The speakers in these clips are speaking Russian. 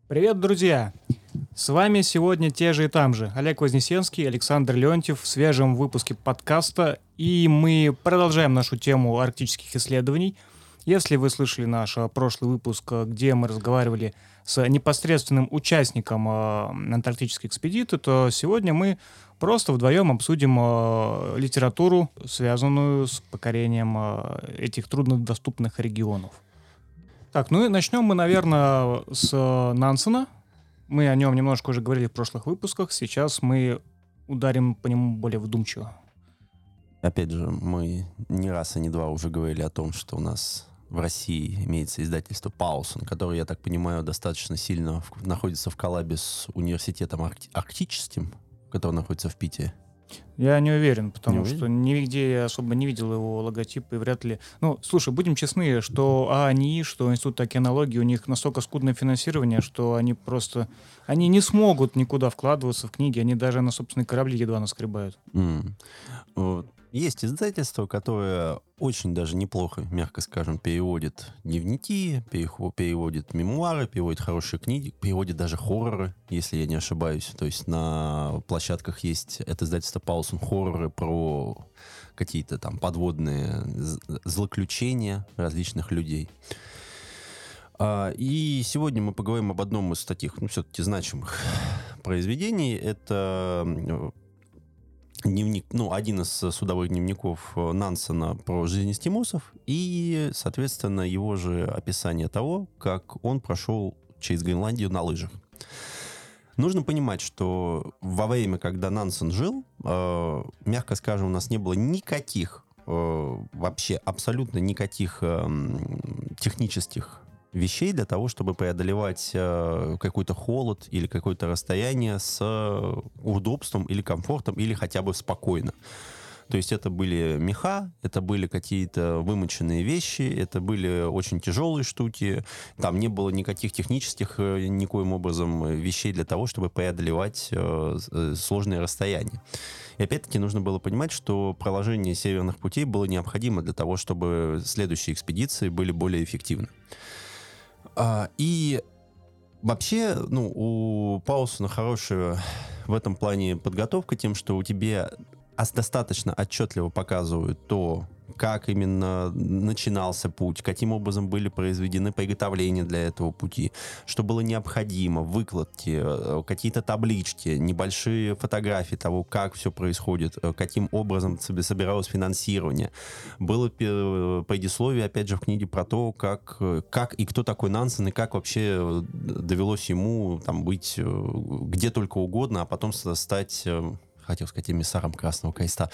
Привет, друзья! С вами сегодня те же и там же Олег Вознесенский, Александр Леонтьев в свежем выпуске подкаста. И мы продолжаем нашу тему арктических исследований. Если вы слышали наш прошлый выпуск, где мы разговаривали с непосредственным участником антарктической экспедиции, то сегодня мы просто вдвоем обсудим литературу, связанную с покорением этих труднодоступных регионов. Так, ну и начнем мы, наверное, с Нансена. Мы о нем немножко уже говорили в прошлых выпусках. Сейчас мы ударим по нему более вдумчиво. Опять же, мы не раз и не два уже говорили о том, что у нас в России имеется издательство Паусон, которое, я так понимаю, достаточно сильно находится в коллабе с университетом арктическим, который находится в Питере. Я не уверен, потому что нигде я особо не видел его логотипа и вряд ли... Ну, слушай, будем честны, что АНИ, что Институт океанологии, у них настолько скудное финансирование, что они просто... Они не смогут никуда вкладываться в книги, они даже на собственные корабли едва наскребают. Есть издательство, которое очень даже неплохо, мягко скажем, переводит дневники, переводит мемуары, переводит хорошие книги, переводит даже хорроры, если я не ошибаюсь. То есть на площадках есть это издательство Паусон, хорроры про какие-то там подводные злоключения различных людей. И сегодня мы поговорим об одном из таких, все-таки значимых произведений. Это... дневник, один из судовых дневников Нансена про жизнь эскимосов и, соответственно, его же описание того, как он прошел через Гренландию на лыжах. Нужно понимать, что во время, когда Нансен жил, мягко скажем, у нас не было никаких, вообще абсолютно никаких технических вещей для того, чтобы преодолевать какой-то холод или какое-то расстояние с удобством или комфортом, или хотя бы спокойно. То есть это были меха, это были какие-то вымоченные вещи, это были очень тяжелые штуки. Там не было никаких технических, никоим образом, вещей для того, чтобы преодолевать сложные расстояния. И опять-таки нужно было понимать, что проложение северных путей было необходимо для того, чтобы следующие экспедиции были более эффективны. И вообще, у Паусона хорошая в этом плане подготовка тем, что у тебя достаточно отчетливо показывают то, как именно начинался путь, каким образом были произведены приготовления для этого пути, что было необходимо, выкладки, какие-то таблички, небольшие фотографии того, как все происходит, каким образом собиралось финансирование. Было предисловие, опять же, в книге про то, как и кто такой Нансен, и как вообще довелось ему там быть где только угодно, а потом стать, хотел сказать, эмиссаром Красного Креста.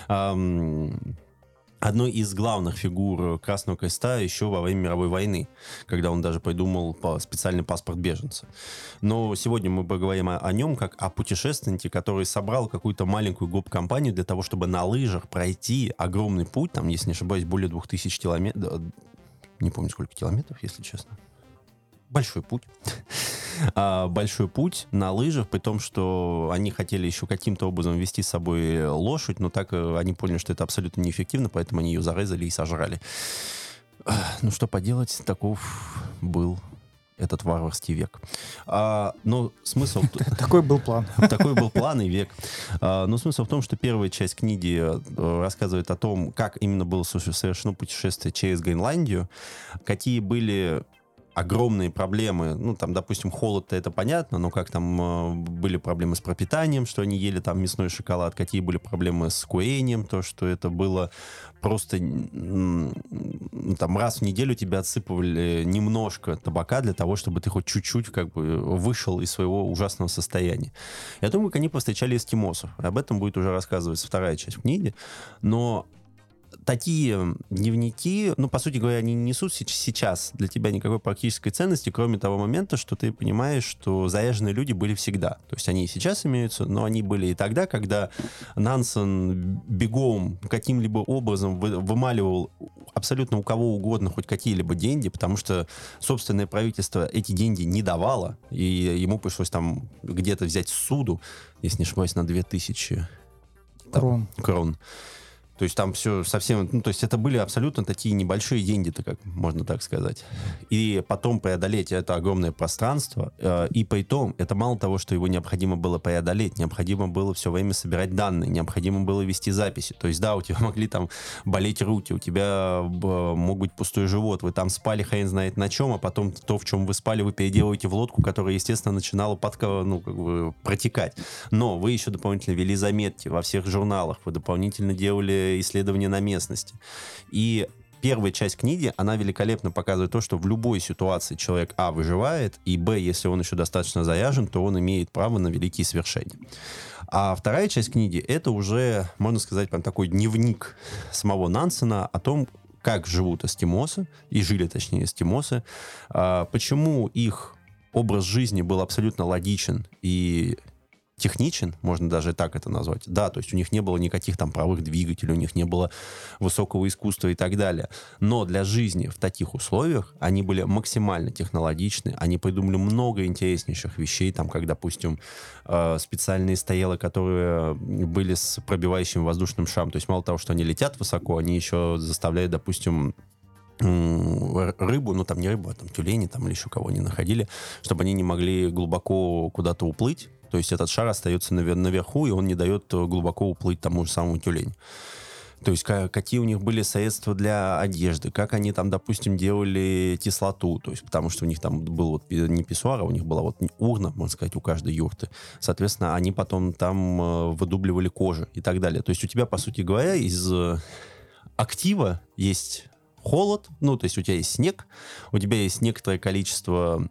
Одной из главных фигур Красного Креста еще во время мировой войны, когда он даже придумал специальный паспорт беженца. Но сегодня мы поговорим о нем как о путешественнике, который собрал какую-то маленькую гоп-компанию для того, чтобы на лыжах пройти огромный путь, там, если не ошибаюсь, более 2000 километров, не помню сколько километров, если честно. Большой путь. Большой путь на лыжах, при том, что они хотели еще каким-то образом вести с собой лошадь, но так они поняли, что это абсолютно неэффективно, поэтому они ее зарезали и сожрали. Ну, что поделать, таков был этот варварский век. Но смысл... Такой был план. Такой был план и век. Но смысл в том, что первая часть книги рассказывает о том, как именно было совершено путешествие через Гренландию, какие были огромные проблемы, там, допустим, холод-то это понятно, но как там были проблемы с пропитанием, что они ели там мясной шоколад, какие были проблемы с курением, то, что это было просто там раз в неделю тебя отсыпывали немножко табака для того, чтобы ты хоть чуть-чуть как бы вышел из своего ужасного состояния. Я думаю, как они повстречали эскимосов. Об этом будет уже рассказывать вторая часть книги, но такие дневники, по сути говоря, они не несут сейчас для тебя никакой практической ценности, кроме того момента, что ты понимаешь, что заряженные люди были всегда. То есть они и сейчас имеются, но они были и тогда, когда Нансен бегом каким-либо образом вымаливал абсолютно у кого угодно хоть какие-либо деньги, потому что собственное правительство эти деньги не давало, и ему пришлось там где-то взять суду, если не ошибаюсь, на 2000 крон. То есть там все совсем... Ну, то есть это были абсолютно такие небольшие деньги-то, как можно так сказать. И потом преодолеть это огромное пространство. И при том, это мало того, что его необходимо было преодолеть, необходимо было все время собирать данные, необходимо было вести записи. То есть, да, у тебя могли там болеть руки, у тебя мог быть пустой живот, вы там спали хрен знает на чем, а потом то, в чем вы спали, вы переделываете в лодку, которая, естественно, начинала протекать. Но вы еще дополнительно вели заметки во всех журналах, вы дополнительно делали исследования на местности. И первая часть книги, она великолепно показывает то, что в любой ситуации человек, а, выживает, и, б, если он еще достаточно заряжен, то он имеет право на великие свершения. А вторая часть книги, это уже, можно сказать, прям такой дневник самого Нансена о том, как живут эскимосы, и жили, точнее, эскимосы, почему их образ жизни был абсолютно логичен и техничен, можно даже так это назвать. Да, то есть у них не было никаких там паровых двигателей, у них не было высокого искусства и так далее. Но для жизни в таких условиях они были максимально технологичны, они придумали много интереснейших вещей, там, как, допустим, специальные стоялы, которые были с пробивающим воздушным шаром. То есть мало того, что они летят высоко, они еще заставляют, допустим, рыбу, ну там не рыбу, а там тюлени там или еще кого они находили, чтобы они не могли глубоко куда-то уплыть. То есть этот шар остается наверху, и он не дает глубоко уплыть тому же самому тюленю. То есть какие у них были средства для одежды, как они там, допустим, делали кислоту, то есть потому что у них там был вот не писсуар, а у них была вот урна, можно сказать, у каждой юрты. Соответственно, они потом там выдубливали кожу и так далее. То есть у тебя, по сути говоря, из актива есть холод, ну, то есть у тебя есть снег, у тебя есть некоторое количество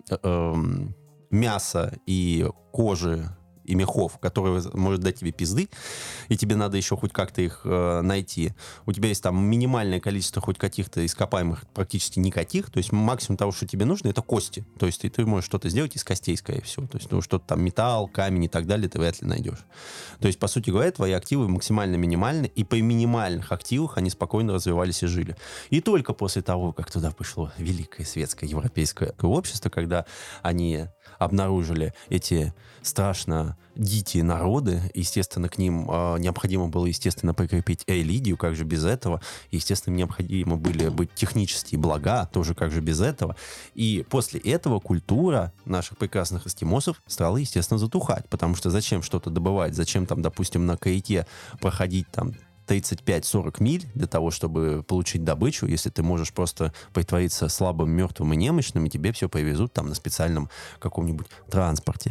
мяса и кожи и мехов, которые может дать тебе пизды, и тебе надо еще хоть как-то их найти. У тебя есть там минимальное количество хоть каких-то ископаемых, практически никаких, то есть максимум того, что тебе нужно, это кости. То есть ты можешь что-то сделать из костей, скорее всего. То есть что-то там металл, камень и так далее ты вряд ли найдешь. То есть, по сути говоря, твои активы максимально минимальны, и при минимальных активах они спокойно развивались и жили. И только после того, как туда пришло великое светское европейское общество, когда они обнаружили эти страшно дикие народы, естественно, к ним необходимо было, естественно, прикрепить религию, как же без этого, естественно, необходимо были быть технические блага, тоже как же без этого, и после этого культура наших прекрасных эскимосов стала, естественно, затухать, потому что зачем что-то добывать, зачем там, допустим, на каяке проходить там 35-40 миль для того, чтобы получить добычу, если ты можешь просто притвориться слабым, мертвым и немощным, и тебе все повезут там на специальном каком-нибудь транспорте.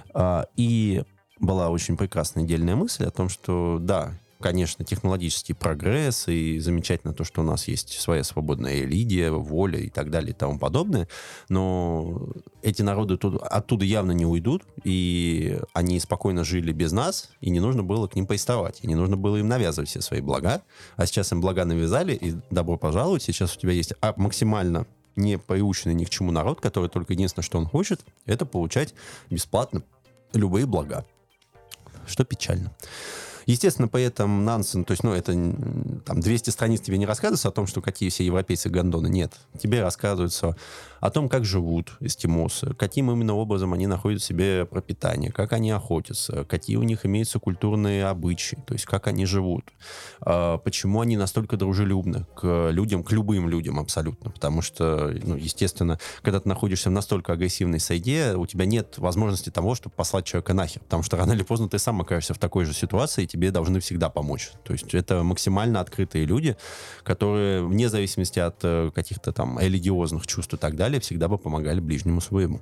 И была очень прекрасная дельная мысль о том, что да, конечно, технологический прогресс, и замечательно то, что у нас есть своя свободная религия, воля и так далее и тому подобное, но эти народы оттуда явно не уйдут, и они спокойно жили без нас, и не нужно было к ним приставать, и не нужно было им навязывать все свои блага, а сейчас им блага навязали, и добро пожаловать, сейчас у тебя есть максимально не приученный ни к чему народ, который только единственное, что он хочет, это получать бесплатно любые блага, что печально. Естественно, поэтому Нансен, то есть, это там 200 страниц тебе не рассказывается о том, что какие все европейцы гондоны. Нет. Тебе рассказывается о том, как живут эскимосы, каким именно образом они находят себе пропитание, как они охотятся, какие у них имеются культурные обычаи, то есть как они живут, почему они настолько дружелюбны к людям, к любым людям абсолютно, потому что, естественно, когда ты находишься в настолько агрессивной среде, у тебя нет возможности того, чтобы послать человека нахер, потому что рано или поздно ты сам окажешься в такой же ситуации, и тебе должны всегда помочь. То есть это максимально открытые люди, которые вне зависимости от каких-то там религиозных чувств и так далее, всегда бы помогали ближнему своему.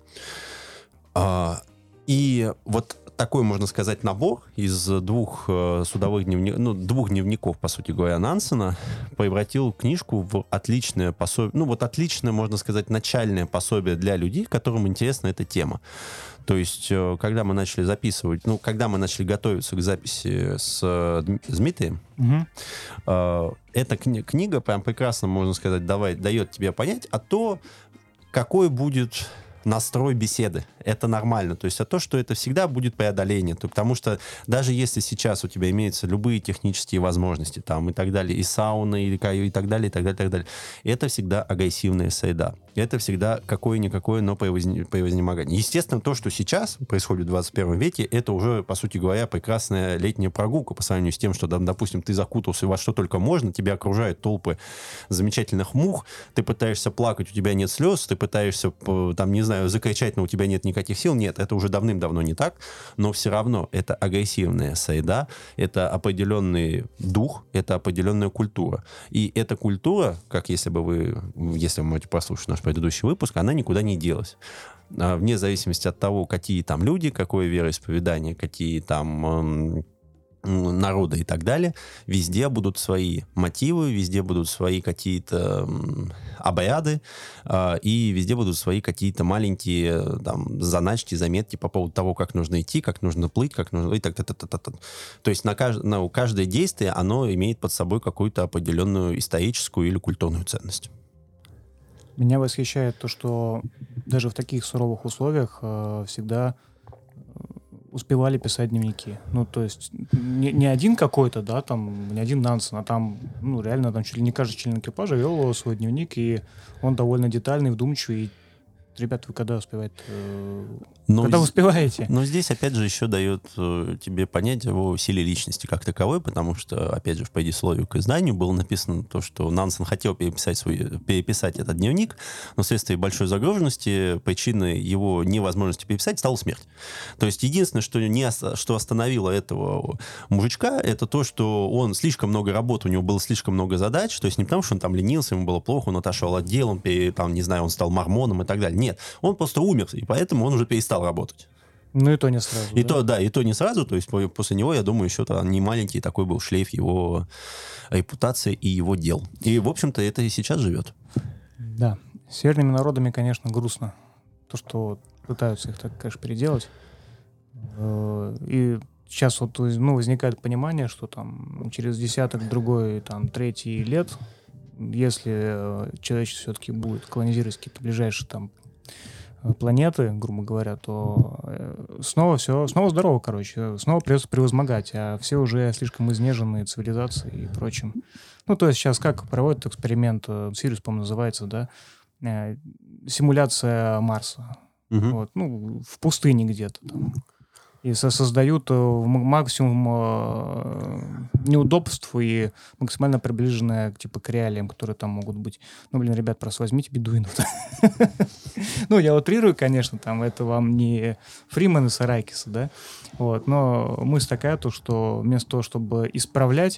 И вот такой, можно сказать, набор из двух судовых дневников, двух дневников, по сути говоря, Нансена, превратил книжку в отличное пособие, отличное, можно сказать, начальное пособие для людей, которым интересна эта тема. То есть, когда мы начали записывать, когда мы начали готовиться к записи с Дмитрием, эта книга прям прекрасно, можно сказать, дает тебе понять, какой будет настрой беседы. Это нормально. То есть, то, что это всегда будет преодоление. Потому что даже если сейчас у тебя имеются любые технические возможности, там, и так далее, и сауны, и так далее, и так далее, и так далее, это всегда агрессивная среда. Это всегда какое-никакое, но превознемогание. Естественно, то, что сейчас происходит в 21 веке, это уже, по сути говоря, прекрасная летняя прогулка по сравнению с тем, что, допустим, ты закутался во что только можно, тебя окружают толпы замечательных мух, ты пытаешься плакать, у тебя нет слез, ты пытаешься, там, не знаю, закричать, но у тебя нет никаких сил. Нет, это уже давным-давно не так, но все равно это агрессивная среда, это определенный дух, это определенная культура. И эта культура, как если вы можете послушать наш предыдущий выпуск, она никуда не делась. Вне зависимости от того, какие там люди, какое вероисповедание, какие там народа и так далее, везде будут свои мотивы, везде будут свои какие-то обряды, и везде будут свои какие-то маленькие там заначки, заметки по поводу того, как нужно идти, как нужно плыть, как нужно... То есть каждое действие, оно имеет под собой какую-то определенную историческую или культурную ценность. Меня восхищает то, что даже в таких суровых условиях всегда успевали писать дневники. Ну, то есть не один какой-то, да, там, не один Нансен, а там, ну, реально, там чуть ли не каждый член экипажа вел свой дневник, и он довольно детальный, вдумчивый. Ребята, вы когда успеваете? Когда успеваете? Но здесь, опять же, еще дает тебе понять о силе личности как таковой, потому что, опять же, в предисловии к изданию было написано то, что Нансен хотел переписать этот дневник, но вследствие большой загруженности причиной его невозможности переписать стала смерть. То есть единственное, что остановило этого мужичка, это то, что он слишком много работы, у него было слишком много задач, то есть не потому, что он там ленился, ему было плохо, он отошел от дел, он стал мормоном и так далее. Нет, он просто умер, и поэтому он уже перестал работать. Ну и то не сразу. И то не сразу, то есть после него, я думаю, еще не маленький такой был шлейф его репутации и его дел. И, в общем-то, это и сейчас живет. Да, с северными народами, конечно, грустно. То, что пытаются их так, конечно, переделать. И сейчас вот, ну, возникает понимание, что там через десяток, другой, там, третий лет, если человечество все-таки будет колонизировать какие-то ближайшие там планеты, грубо говоря, то снова здорово, короче. Снова придется превозмогать, а все уже слишком изнеженные цивилизации и прочим. Ну, то есть сейчас как проводят эксперимент, Сириус, по-моему, называется, да, симуляция Марса. Угу. Вот, ну, в пустыне где-то там. И создают максимум неудобств и максимально приближенное типа к реалиям, которые там могут быть. Ну, блин, ребят, просто возьмите бедуинов. Ну, я утрирую, конечно, там это вам не Фриман и Сарайкиса, да? Вот, но мысль такая, то, что вместо того, чтобы исправлять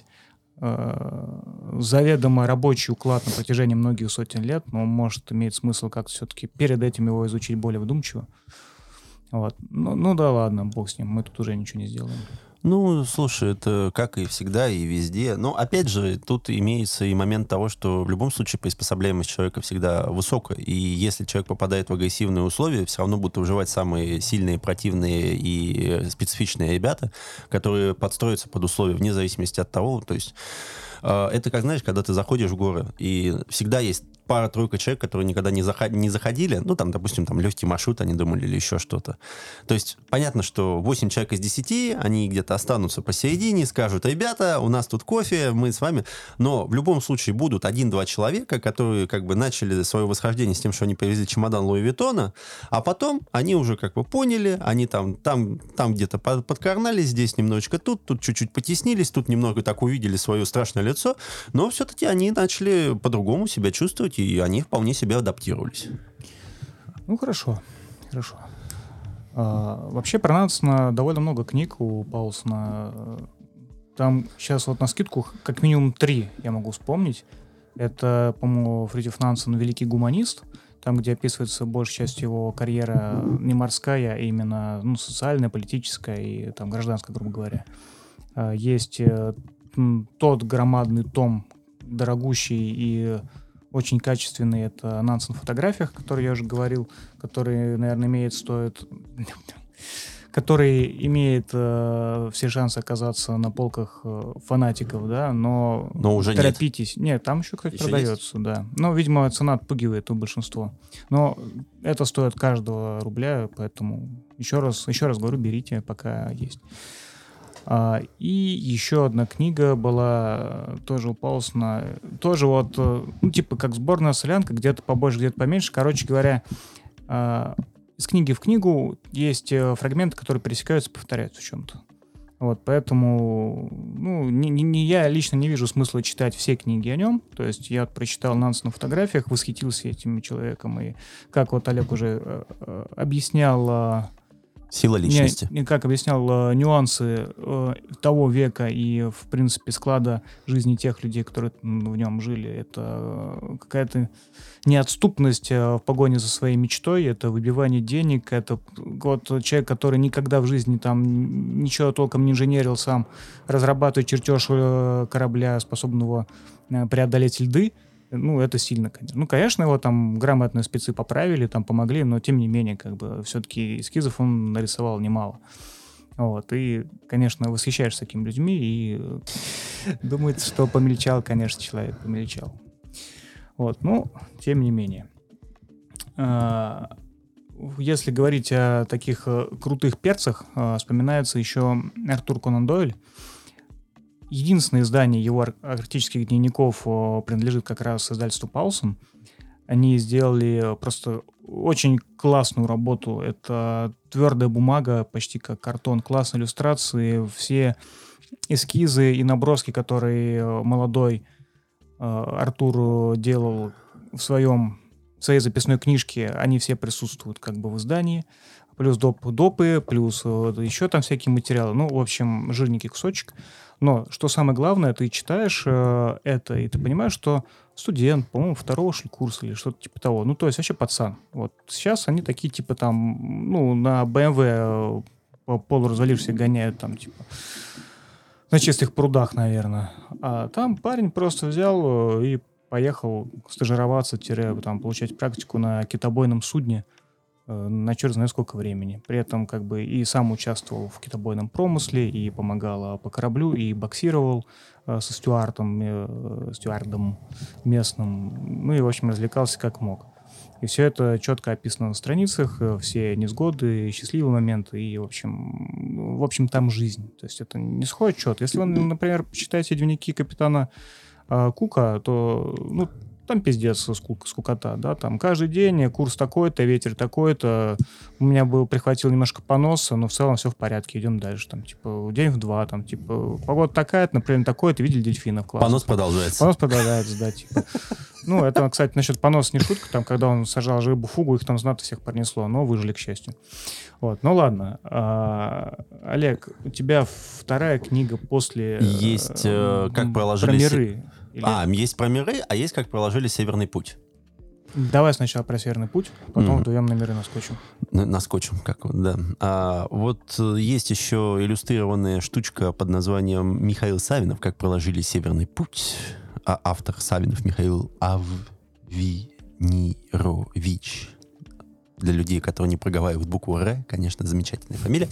заведомо рабочий уклад на протяжении многих сотен лет, но может иметь смысл как-то все-таки перед этим его изучить более вдумчиво. Вот. Ну да ладно, бог с ним, мы тут уже ничего не сделаем. Ну, слушай, это как и всегда, и везде. Но, опять же, тут имеется и момент того, что в любом случае приспособляемость человека всегда высокая. И если человек попадает в агрессивные условия, все равно будут выживать самые сильные, противные и специфичные ребята, которые подстроятся под условия вне зависимости от того. То есть это как, знаешь, когда ты заходишь в горы, и всегда есть пара-тройка человек, которые никогда не заходили, ну, там, допустим, там легкий маршрут они думали или еще что-то. То есть понятно, что 8 человек из 10, они где-то останутся посередине, скажут: ребята, у нас тут кофе, мы с вами. Но в любом случае будут 1-2 человека, которые как бы начали свое восхождение с тем, что они привезли чемодан Луи Виттона, а потом они уже как бы поняли, они там где-то подкарнались, здесь немножечко тут чуть-чуть потеснились, тут немного так увидели свое страшное лицо, но все-таки они начали по-другому себя чувствовать, и они вполне себе адаптировались. Ну, хорошо. Вообще про Нансена довольно много книг у Паулсона. Там сейчас вот на скидку как минимум 3 я могу вспомнить. Это, по-моему, Фритьёф Нансен «Великий гуманист», там, где описывается большая часть его карьеры не морская, а именно социальная, политическая и там гражданская, грубо говоря. Есть тот громадный том, дорогущий и очень качественный, это «Нансен в фотографиях», о котором я уже говорил, который, наверное, стоит который имеет все шансы оказаться на полках фанатиков, да, но уже торопитесь. Нет, там еще, кстати, продается, да. Но, видимо, цена отпугивает у большинства. Но это стоит каждого рубля, поэтому еще раз говорю, берите, пока есть. И еще одна книга была тоже у Паулсона, тоже вот, ну, типа как сборная солянка, где-то побольше, где-то поменьше. Короче говоря, из книги в книгу есть фрагменты, которые пересекаются, повторяются в чем-то. Вот, поэтому, ну, я лично не вижу смысла читать все книги о нем. То есть я прочитал «Нанс на фотографиях», восхитился этим человеком. И как вот Олег уже объяснял... Сила личности. Как объяснял нюансы того века и, в принципе, склада жизни тех людей, которые в нем жили. Это какая-то неотступность в погоне за своей мечтой, это выбивание денег, это вот человек, который никогда в жизни там ничего толком не инженерил сам, разрабатывает чертеж корабля, способного преодолеть льды. Ну, это сильно, конечно. Ну, конечно, его там грамотные спецы поправили, там помогли, но тем не менее, как бы, все-таки эскизов он нарисовал немало. Вот, и, конечно, восхищаешься такими людьми, и думает, что помельчал, конечно, человек, помельчал. Вот, ну, тем не менее. Если говорить о таких крутых перцах, вспоминается еще Артур Конан Дойль. Единственное издание его арктических дневников принадлежит как раз издательству Паулсон. Они сделали просто очень классную работу. Это твердая бумага, почти как картон, классные иллюстрации, все эскизы и наброски, которые молодой Артур делал в своей записной книжке, они все присутствуют как бы в издании. Плюс допы, плюс еще там всякие материалы. Ну, в общем, жирненький кусочек. Но, что самое главное, ты читаешь это, и ты понимаешь, что студент, по-моему, второго курса или что-то типа того. Ну, то есть вообще пацан. Вот сейчас они такие, типа, там, ну, на BMW полуразвалившись гоняют, там, типа, на чистых прудах, наверное. А там парень просто взял и поехал стажироваться, там, получать практику на китобойном судне на черт знает сколько времени. При этом как бы и сам участвовал в китобойном промысле, и помогал по кораблю, и боксировал со стюардом местным. Ну и, в общем, развлекался как мог. И все это четко описано на страницах, все невзгоды, счастливые моменты, и, в общем, там жизнь. То есть это не сходит счет. Если вы, например, почитаете дневники капитана Кука, то, ну, там пиздец, скукота, да, там каждый день курс такой-то, ветер такой-то, у меня прихватил немножко поноса, но в целом все в порядке, идем дальше, там, типа, день в два, там, типа, погода такая-то, например, такое-то, видели дельфинов, классно. Понос продолжается. Понос продолжается, да, типа. Ну, это, кстати, насчет поноса не шутка, там, когда он сажал рыбу фугу, их там знатно всех пронесло, но выжили, к счастью. Вот, ну ладно. Олег, у тебя вторая книга после... Есть «Как проложили...» Про миры. Есть про миры, а есть «Как проложили Северный путь». Давай сначала про Северный путь, потом вдвоем на миры наскочим. Наскочим, как вот, да. Вот есть еще иллюстрированная штучка под названием «Михаил Савинов. Как проложили Северный путь». Автор Савинов Михаил Авнирович. Для людей, которые не проговаривают букву «Р», конечно, замечательная фамилия.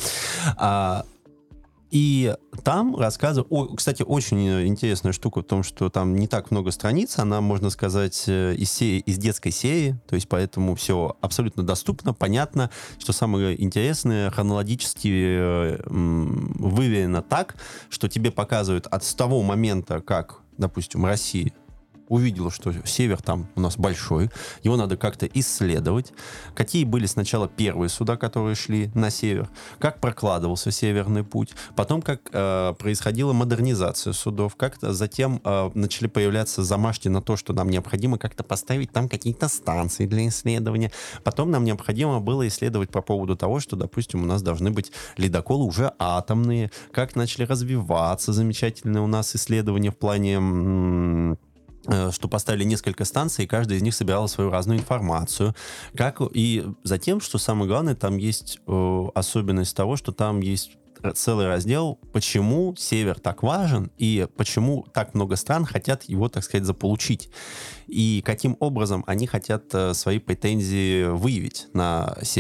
И там рассказываю... Кстати, очень интересная штука в том, что там не так много страниц, она, можно сказать, из детской серии, то есть поэтому все абсолютно доступно, понятно, что самое интересное, хронологически выверено так, что тебе показывают с того момента, как, допустим, Россия увидела, что север там у нас большой, его надо как-то исследовать, какие были сначала первые суда, которые шли на север, как прокладывался Северный путь, потом как происходила модернизация судов, как затем начали появляться замашки на то, что нам необходимо как-то поставить там какие-то станции для исследования, потом нам необходимо было исследовать по поводу того, что, допустим, у нас должны быть ледоколы уже атомные, как начали развиваться замечательные у нас исследования в плане... что поставили несколько станций, и каждая из них собирала свою разную информацию. И затем, что самое главное, там есть особенность того, что там есть целый раздел, почему Север так важен, и почему так много стран хотят его, так сказать, заполучить. И каким образом они хотят свои претензии выявить на Север.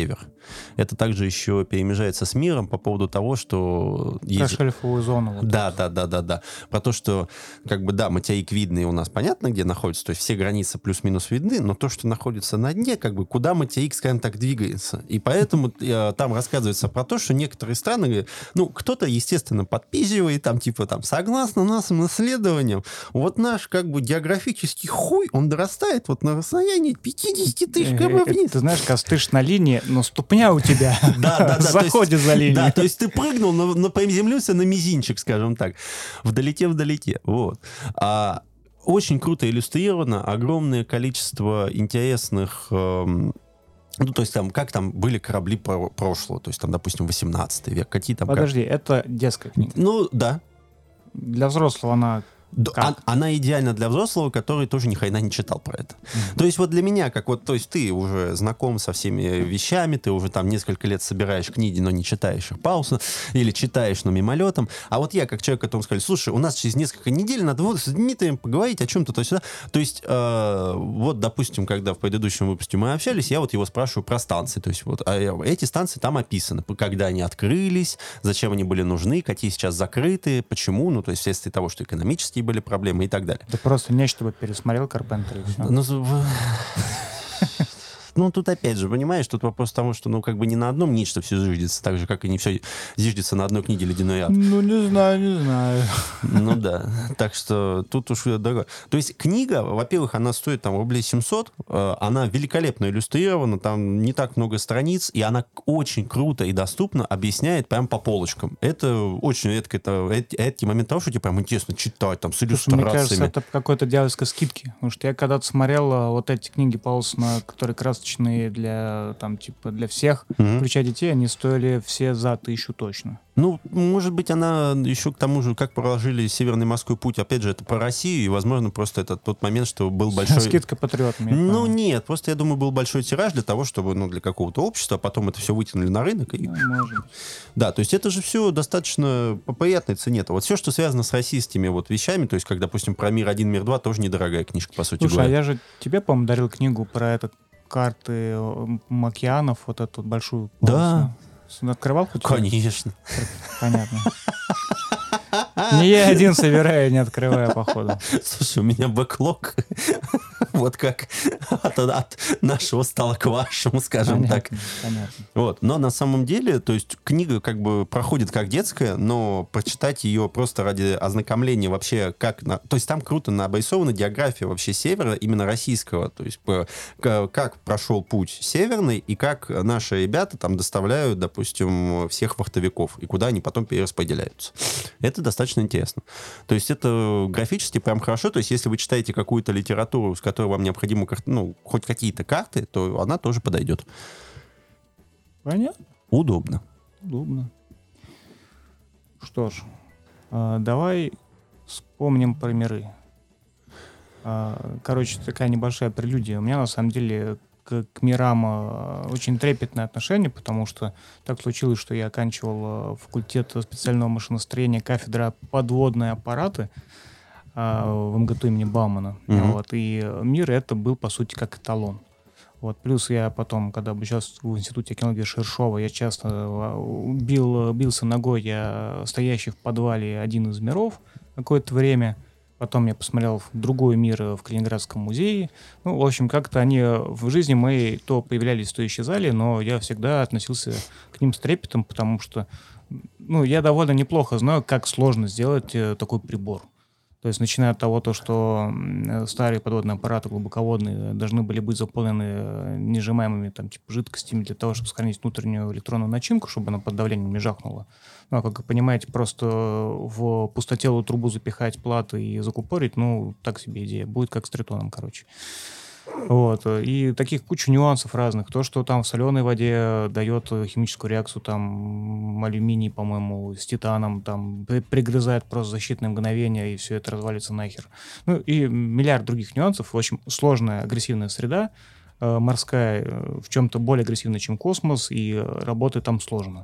Это также еще перемежается с миром по поводу того, что... Про шельфовую зону. Вот да. Про то, что, как бы, да, материк видный у нас понятно, где находится, то есть все границы плюс-минус видны, но то, что находится на дне, как бы, куда материк, скажем так, двигается. И поэтому там рассказывается про то, что некоторые страны, ну, кто-то, естественно, подпизживает, там, типа, там, согласно нашим исследованиям, вот наш, как бы, географический хуй, он дорастает вот на расстоянии 50 тысяч км вниз. Ты знаешь, костыш на линии, но ступня у тебя заходит за линию. Да, то есть ты прыгнул, но приземлился на мизинчик, скажем так, вдалеке. Вот. Очень круто иллюстрировано, огромное количество интересных... ну, то есть там, как там были корабли прошлого, то есть там, допустим, 18 век, какие там... Подожди, это детская книга? Ну, да. Для взрослого она... Она идеальна для взрослого, который тоже ни хрена не читал про это. То есть вот для меня, как вот, то есть ты уже знаком со всеми вещами, ты уже там несколько лет собираешь книги, но не читаешь их паузно, или читаешь, но мимолетом. А вот я, как человек, которому сказали, слушай, у нас через несколько недель надо вот с Дмитрием поговорить о чем-то то-сюда. То есть вот, допустим, когда в предыдущем выпуске мы общались, я вот его спрашиваю про станции. То есть вот эти станции там описаны, когда они открылись, зачем они были нужны, какие сейчас закрыты, почему, ну, то есть вследствие того, что экономические были проблемы и так далее. Да просто нечто бы пересмотрел Карпентер и все. Ну, тут опять же, понимаешь, тут вопрос в том, что, ну, как бы не на одном нечто все зиждется, так же, как и не все зиждется на одной книге «Ледяной ад». Ну, не знаю. Ну, да. Так что тут уж дорого. То есть книга, во-первых, она стоит там рублей 700, она великолепно иллюстрирована, там не так много страниц, и она очень круто и доступно объясняет прям по полочкам. Это очень редко, эти моменты того, что тебе прям интересно читать, там, с иллюстрациями. Мне кажется, это какой-то дьявольской скидки. Потому что я когда-то смотрел вот эти книги Паулсона, которые красочные для, там, типа, для всех, включая детей, они стоили все за 1000 точно. Ну, может быть, она еще к тому же, как проложили Северный морской путь, опять же, это по России, и, возможно, просто это тот момент, что был большой... Скидка патриотами. Ну, нет, просто, я думаю, был большой тираж для того, чтобы, ну, для какого-то общества, а потом это все вытянули на рынок. И... Может. Да, то есть это же все достаточно по приятной цене. Вот все, что связано с российскими вот вещами, то есть, как, допустим, про «Мир 1», «Мир 2», тоже недорогая книжка, по сути говоря. Слушай, а я же тебе, по-моему, дарил книгу про этот карты океанов, вот эту вот большую. Да. Открывал хоть? Конечно. Понятно. Не я один собираю, не открываю, походу. Слушай, у меня бэклог вот как от нашего стала к вашему, скажем так. Понятно. Вот. Но на самом деле, то есть книга как бы проходит как детская, но прочитать ее просто ради ознакомления вообще как... То есть там круто обрисована география вообще севера, именно российского. То есть как прошел путь северный и как наши ребята там доставляют, допустим, всех вахтовиков и куда они потом перераспределяются. Это достаточно интересно. То есть это графически прям хорошо. То есть если вы читаете какую-то литературу, с которой вам необходимо, ну, хоть какие-то карты, то она тоже подойдет. Понятно. Удобно. Что ж, давай вспомним про миры. Короче, такая небольшая прелюдия. У меня, на самом деле, к мирам очень трепетное отношение, потому что так случилось, что я оканчивал факультет специального машиностроения, кафедра подводные аппараты в МГТУ имени Баумана. Вот, и мир это был, по сути, как эталон. Вот, плюс я потом, когда обучался в институте океанологии Шершова, я часто бился ногой, я стоящий в подвале один из миров какое-то время. Потом я посмотрел другой мир в Калининградском музее. Ну, в общем, как-то они в жизни моей то появлялись, то исчезали, но я всегда относился к ним с трепетом, потому что, ну, я довольно неплохо знаю, как сложно сделать такой прибор. То есть, начиная от того, что старые подводные аппараты глубоководные должны были быть заполнены несжимаемыми там, типа, жидкостями для того, чтобы сохранить внутреннюю электронную начинку, чтобы она под давлением не жахнула. Ну, а как вы понимаете, просто в пустотелую трубу запихать платы и закупорить, ну, так себе идея. Будет как с тритоном, короче. Вот. И таких куча нюансов разных. То, что там в соленой воде дает химическую реакцию, там алюминий, по-моему, с титаном, там пригрызает просто защитное мгновение, и все это развалится нахер. Ну и миллиард других нюансов. В общем, сложная, агрессивная среда, морская, в чем-то более агрессивная, чем космос, и работать там сложно.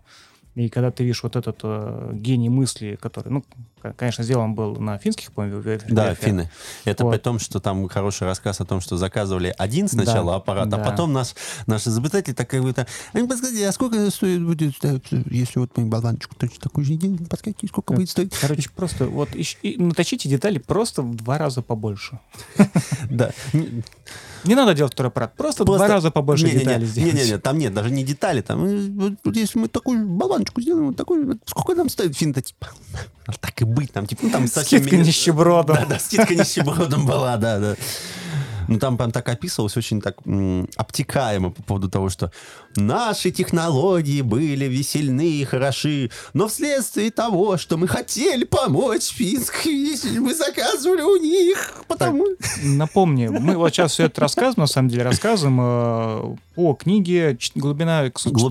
И когда ты видишь вот этот гений мысли, который, ну, конечно, сделан был на финских, по-моему, Да, финны. Это Вот. при том, что там хороший рассказ о том, что заказывали один сначала аппарат, да. а потом наш изобретатель так как будто... Подскажите, а сколько стоит будет, если вот мы болваночку точно такой же делаем, подскажите, сколько будет стоить? Короче, просто вот наточите детали просто в 2 раза побольше. Да. Не надо делать второй аппарат, просто в 2 раза побольше деталей сделать. Не, там нет, даже не детали, там, вот если мы такую болваночку сделаем, вот такой, вот, сколько нам стоит финта, типа, так и быть, там, типа, ну, там совсем... Скидка нищебродом. Да, скидка нищебродом была, да. Ну, там прям так описывалось очень так обтекаемо по поводу того, что наши технологии были весельны и хороши, но вследствие того, что мы хотели помочь финской, мы заказывали у них, потому... Напомни, мы вот сейчас все это рассказываем, на самом деле, рассказываем по книге «Глубина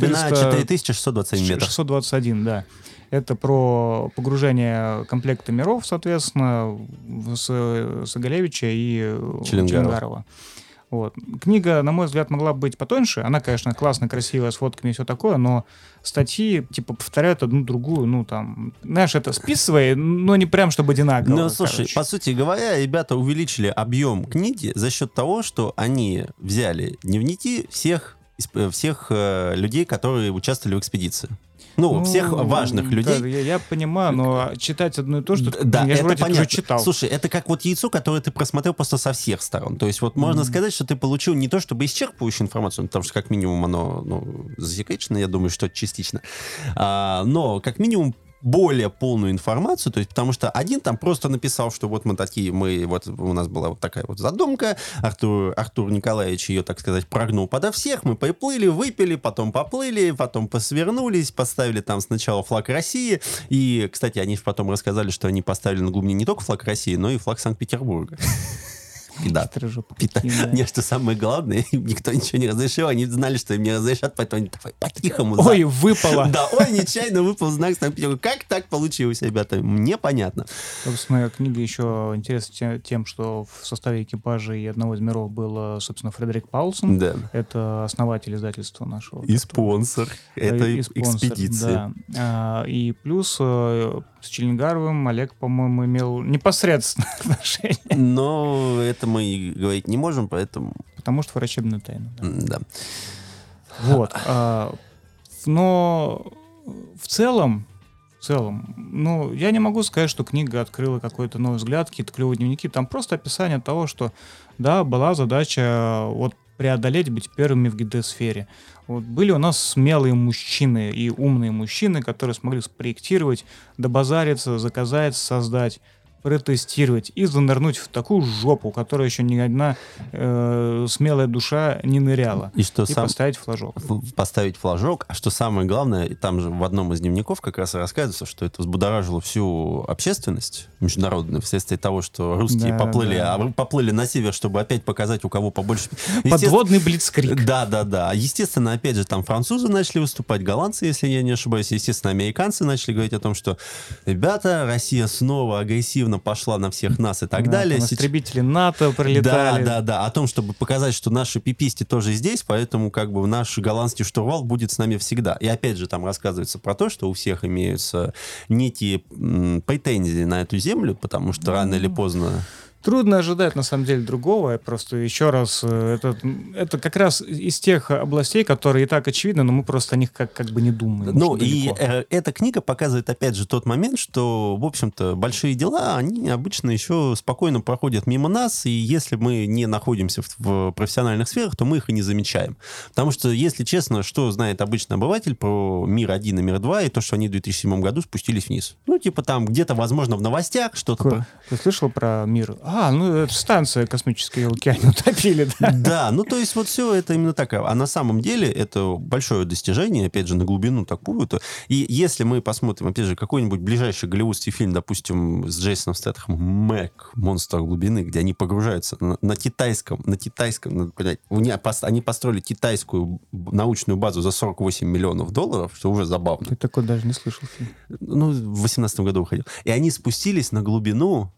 4621 метров. 621, да. Это про погружение комплекта миров, соответственно, Сагалевича и Челенгарова. Вот. Книга, на мой взгляд, могла быть потоньше. Она, конечно, классная, красивая, с фотками и все такое, но статьи, типа, повторяют одну другую, ну, там, знаешь, это списывай, но не прям, чтобы одинаково. Ну, слушай, по сути говоря, ребята увеличили объем книги за счет того, что они взяли дневники всех людей, которые участвовали в экспедиции. Ну, всех важных людей. Да, я понимаю, но читать одно и то, что... Да, я же это вроде понятно. уже читал. Слушай, это как вот яйцо, которое ты просмотрел просто со всех сторон. То есть вот можно сказать, что ты получил не то чтобы исчерпывающую информацию, потому что как минимум оно засекречено, я думаю, что частично, но как минимум более полную информацию, то есть потому что один там просто написал, что вот мы такие, вот у нас была вот такая вот задумка, Артур Николаевич ее, так сказать, прогнул подо всех, мы приплыли, выпили, потом поплыли, потом посвернулись, поставили там сначала флаг России, и, кстати, они потом рассказали, что они поставили на глубине не только флаг России, но и флаг Санкт-Петербурга. Да. Не, что самое главное, им никто ничего не разрешил, они знали, что им не разрешат, поэтому они давай по-тихому. Ой, выпало. Да, ой, нечаянно выпал знак Санкт-Петербурга. Как так получилось, ребята? Непонятно. Собственно, книга еще интересна тем, что в составе экипажа и одного из миров был, собственно, Фредерик Паулсон. Да. Это основатель издательства нашего. И спонсор этой экспедиции. Да. И плюс с Челенгаровым Олег, по-моему, имел непосредственное отношение. Но это мы говорить не можем, поэтому... Потому что врачебная тайна. Да. Вот. Но в целом, ну, я не могу сказать, что книга открыла какой-то новый взгляд, какие-то клевые дневники. Там просто описание того, что, да, была задача вот преодолеть, быть первыми в ГД-сфере. Вот были у нас смелые мужчины и умные мужчины, которые смогли спроектировать, добазариться, заказать, создать, протестировать и занырнуть в такую жопу, которая еще ни одна смелая душа не ныряла. И поставить флажок. Поставить флажок. А что самое главное, там же в одном из дневников как раз рассказывается, что это взбудоражило всю общественность международную вследствие того, что русские поплыли на север, чтобы опять показать, у кого побольше... Подводный блицкриг. Да. Естественно, опять же, там французы начали выступать, голландцы, если я не ошибаюсь. Естественно, американцы начали говорить о том, что, ребята, Россия снова агрессивно пошла на всех нас и так далее. Истребители НАТО прилетали. Да. О том, чтобы показать, что наши пиписти тоже здесь, поэтому как бы наш голландский штурвал будет с нами всегда. И опять же там рассказывается про то, что у всех имеются некие претензии на эту землю, потому что рано или поздно... Трудно ожидать, на самом деле, другого. Просто еще раз, это как раз из тех областей, которые и так очевидны, но мы просто о них как бы не думаем. Ну, и эта книга показывает, опять же, тот момент, что, в общем-то, большие дела, они обычно еще спокойно проходят мимо нас, и если мы не находимся в профессиональных сферах, то мы их и не замечаем. Потому что, если честно, что знает обычный обыватель про «Мир-1» и «Мир-2», и то, что они в 2007 году спустились вниз. Ну, типа там где-то, возможно, в новостях что-то... Ты слышал про «Мир»? Ну, это станция космическая, в океане утопили, да? Да, ну, то есть вот все это именно так. А на самом деле это большое достижение, опять же, на глубину такую-то. И если мы посмотрим, опять же, какой-нибудь ближайший голливудский фильм, допустим, с Джейсоном Стэтхэмом «Мэг. Монстр глубины», где они погружаются на китайском, они построили китайскую научную базу за $48 миллионов, что уже забавно. Ты такой даже не слышал фильм. Ну, в 2018 году выходил. И они спустились на глубину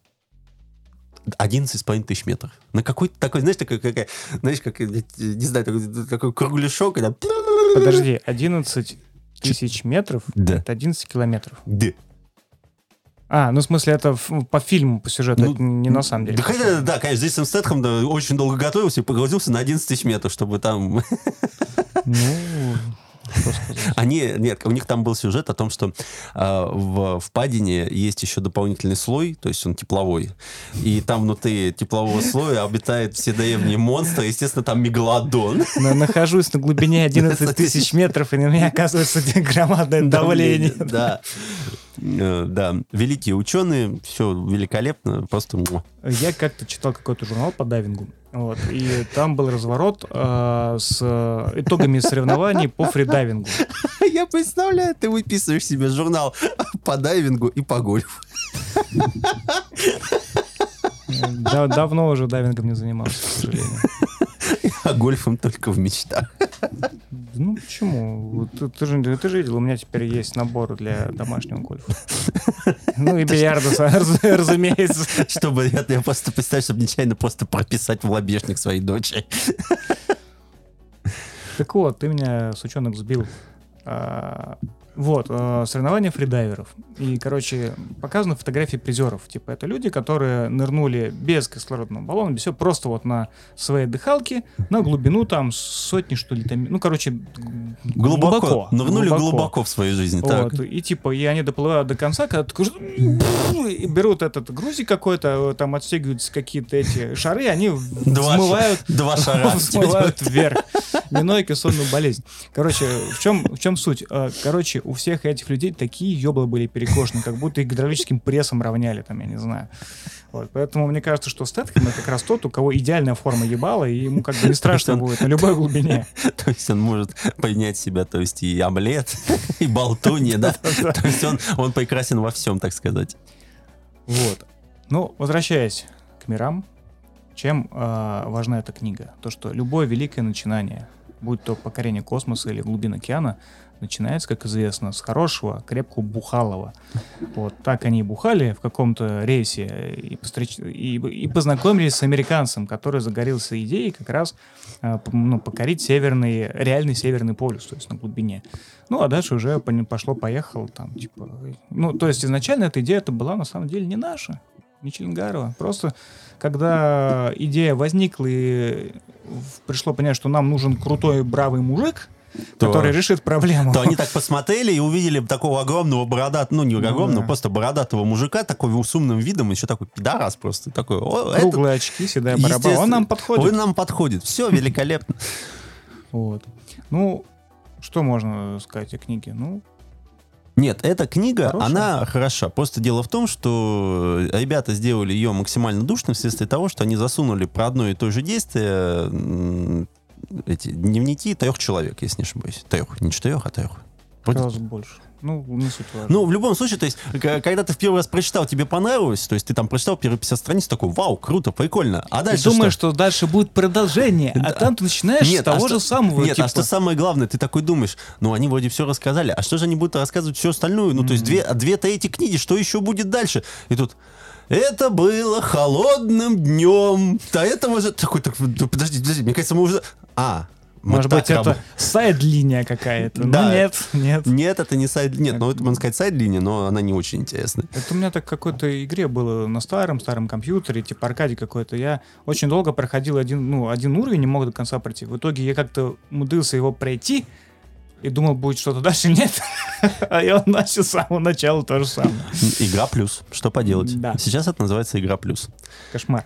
11,5 тысяч метров. На какой-то такой, знаешь, не знаю, такой кругляшок. Подожди, 11 тысяч метров? Да. Это 11 километров. Да. Ну, в смысле, это по фильму, по сюжету, это не на самом деле. Да, конечно, Джейсон Стэтхэм очень долго готовился и погрузился на 11 тысяч метров, чтобы там... Что сказать? Нет, у них там был сюжет о том, что в впадине есть еще дополнительный слой, то есть он тепловой, и там внутри теплового слоя обитают все древние монстры, естественно, там мегалодон. Нахожусь на глубине 11 тысяч метров, и на меня оказывается громадное давление. Да. Да, великие ученые, все великолепно, просто... Я как-то читал какой-то журнал по дайвингу, и там был разворот с итогами соревнований по фридайвингу. Я представляю, ты выписываешь себе журнал по дайвингу и по гольфу. Давно уже дайвингом не занимался, к сожалению. А гольфом только в мечтах. Ну, почему? Ты же видел, у меня теперь есть набор для домашнего гольфа. Ну, и бильярда, разумеется. Чтобы, я просто представляю, чтобы нечаянно просто прописать в лобешник своей дочери. Так вот, ты меня, сучонок, сбил. Соревнования фридайверов. И, показаны фотографии призеров. Типа, это люди, которые нырнули без кислородного баллона, без всего, просто на своей дыхалке на глубину там сотни, что ли, там, глубоко. Нырнули глубоко в своей жизни. Так. И они доплывают до конца, когда и берут этот грузик какой-то, там отстегиваются какие-то эти шары, они взмывают вверх, минуя кессонную болезнь. В чем суть? У всех этих людей такие ёблы были перекошены, как будто их гидравлическим прессом равняли, там, я не знаю. Поэтому мне кажется, что Стэтхэм — это как раз тот, у кого идеальная форма ебала, и ему не страшно будет на любой глубине. То есть он может принять себя, то есть и омлет, и болтунья, да? То есть он прекрасен во всем, так сказать. Возвращаясь к мирам, чем важна эта книга? То, что любое великое начинание, будь то покорение космоса или глубин океана, начинается, как известно, с хорошего, крепкого бухалова. Так они бухали в каком-то рейсе и познакомились с американцем, который загорелся идеей как раз покорить реальный северный полюс, то есть на глубине. А дальше уже пошло-поехало. То есть изначально эта идея была на самом деле не наша, не Челенгарова. Просто когда идея возникла и пришло понять, что нам нужен крутой, бравый мужик, который решит проблему. То они так посмотрели и увидели такого огромного просто бородатого мужика, такой с умным видом, еще такой пидорас просто. Такой, круглые очки, седая бараба. Он нам подходит. Он нам подходит. Все великолепно. Что можно сказать о книге? Нет, эта книга, она хороша. Просто дело в том, что ребята сделали ее максимально душной вследствие того, что они засунули про одно и то же действие эти дневники 3 человек, если не ошибаюсь. 3, не 4, а 3. Раз больше. Не суть важно. В любом случае, то есть, когда ты в первый раз прочитал, тебе понравилось, то есть ты там прочитал первые 50 страниц, такой, вау, круто, прикольно. А дальше ты думаешь, что дальше будет продолжение, а там ты начинаешь с того же самого. Нет, а что самое главное, ты такой думаешь, они вроде все рассказали, а что же они будут рассказывать все остальное? То есть 2 трети книги, что еще будет дальше? И тут... Это было холодным днем. До этого же... Подожди, мне кажется, мы уже... Может быть, это сайд-линия какая-то. Да. Нет. Нет, это не сайд-линия. Это, можно сказать, сайд-линия, но она не очень интересная. Это у меня так в какой-то игре было на старом компьютере, типа аркаде какой-то. Я очень долго проходил один уровень, не мог до конца пройти. В итоге я как-то умудрился его пройти и думал, будет что-то дальше. Нет. А я начал с самого начала то же самое. Игра плюс. Что поделать? Да. Сейчас это называется игра плюс. Кошмар.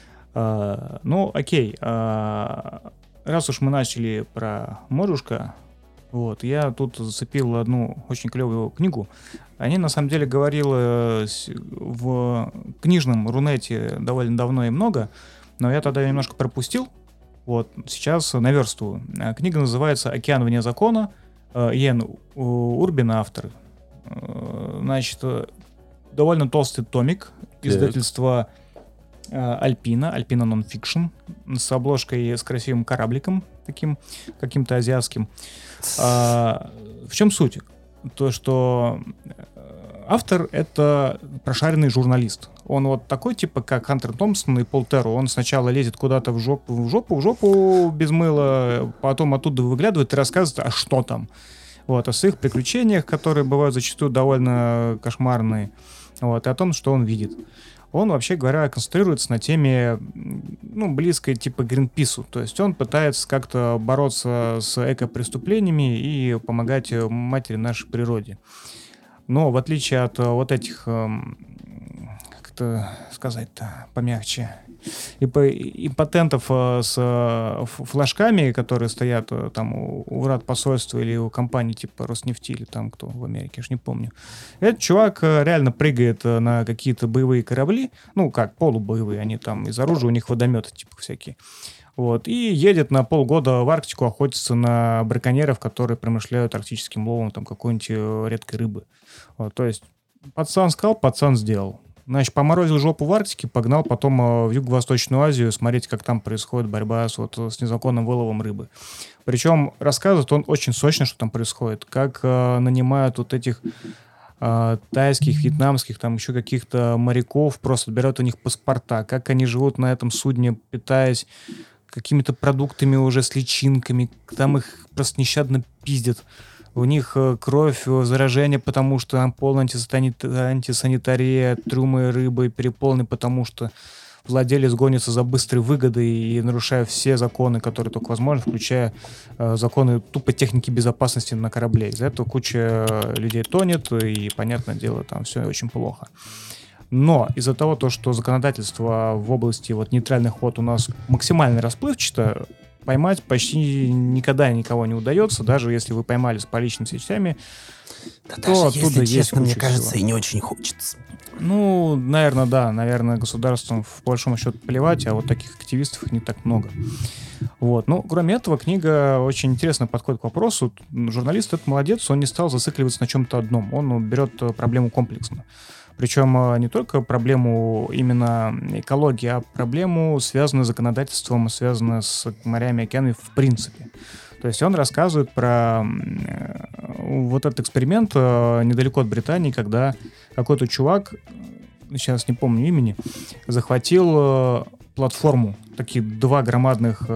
Окей. Раз уж мы начали про морюшка, я тут зацепил одну очень клевую книгу. Они, на самом деле, говорили в книжном Рунете довольно давно и много, но я тогда немножко пропустил. Сейчас наверстываю. Книга называется «Океан вне закона». Иэн Урбин, автор. Значит, довольно толстый томик издательства Альпина Нонфикшн, с обложкой с красивым корабликом таким, каким-то азиатским. В чем суть? То, что автор — это прошаренный журналист. Он такой, типа, как Хантер Томпсон и Пол Терро. Он сначала лезет куда-то в жопу без мыла, потом оттуда выглядывает и рассказывает, а что там. Вот, о своих приключениях, которые бывают зачастую довольно кошмарные, вот, и о том, что он видит. Он, вообще говоря, концентрируется на теме, ну, близкой типа Гринпису. То есть он пытается как-то бороться с экопреступлениями и помогать матери нашей природе. Но в отличие от вот этих, как это сказать-то помягче, импотентов с флажками, которые стоят там у врат посольства или у компании типа Роснефти или там кто в Америке, я ж не помню. Этот чувак реально прыгает на какие-то боевые корабли, ну как, полубоевые, они там из оружия, у них водометы типа всякие. Вот, и едет на полгода в Арктику охотиться на браконьеров, которые промышляют арктическим ловом там какой-нибудь редкой рыбы. Вот, то есть пацан сказал, пацан сделал. Значит, поморозил жопу в Арктике, погнал потом в Юго-Восточную Азию смотреть, как там происходит борьба с незаконным выловом рыбы. Причем рассказывает он очень сочно, что там происходит. Как нанимают вот этих тайских, вьетнамских, там еще каких-то моряков, просто берут у них паспорта, как они живут на этом судне, питаясь какими-то продуктами уже с личинками, там их просто нещадно пиздят. У них кровь, заражение, потому что там полная антисанитария, трюмы рыбы переполнены, потому что владелец гонится за быстрой выгодой и нарушая все законы, которые только возможно, включая законы тупо техники безопасности на корабле. Из-за этого куча людей тонет, и, понятное дело, там все очень плохо. Но из-за того, что законодательство в области вот нейтральных вод у нас максимально расплывчато, поймать почти никогда никого не удается, даже если вы поймали с поличными сетями, да, то даже оттуда если есть честно, мне куча кажется, всего. и не очень хочется. Ну, наверное, да. Наверное, государством в большом счету плевать, а вот таких активистов их не так много. Вот. Ну, кроме этого, книга очень интересно подходит к вопросу. Журналист этот молодец, он не стал зацикливаться на чем-то одном. Он берет проблему комплексно. Причем не только проблему именно экологии, а проблему, связанную с законодательством, связанную с морями и океанами в принципе. То есть он рассказывает про вот этот эксперимент недалеко от Британии, когда какой-то чувак, сейчас не помню имени, захватил платформу, такие 2 громадных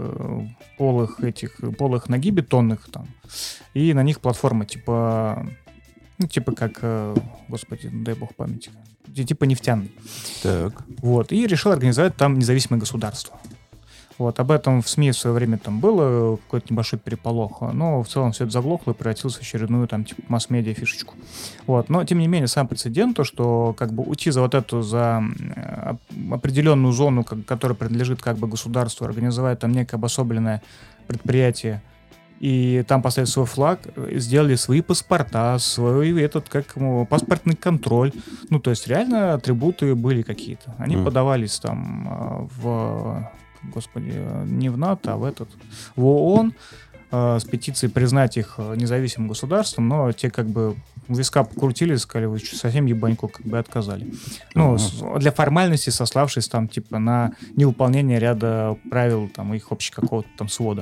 полых ноги бетонных там, и на них платформа типа... Ну, типа как, господи, дай бог памяти, типа нефтяный. Так. Вот, и решил организовать там независимое государство. Вот, об этом в СМИ в свое время там было какой-то небольшой переполох, но в целом все это заглохло и превратилось в очередную там типа масс-медиа фишечку. Вот, но тем не менее сам прецедент, то, что как бы уйти за вот эту, за определенную зону, которая принадлежит как бы государству, организовать там некое обособленное предприятие, и там поставили свой флаг, сделали свои паспорта, свой этот, как паспортный контроль. Ну, то есть реально атрибуты были какие-то. Они подавались там господи, не в НАТО, а в ООН с петицией признать их независимым государством, но те как бы у виска покрутили, сказали, вы что, совсем ебанько, как бы отказали. Ну, для формальности сославшись там типа на невыполнение ряда правил там их общего какого-то там свода.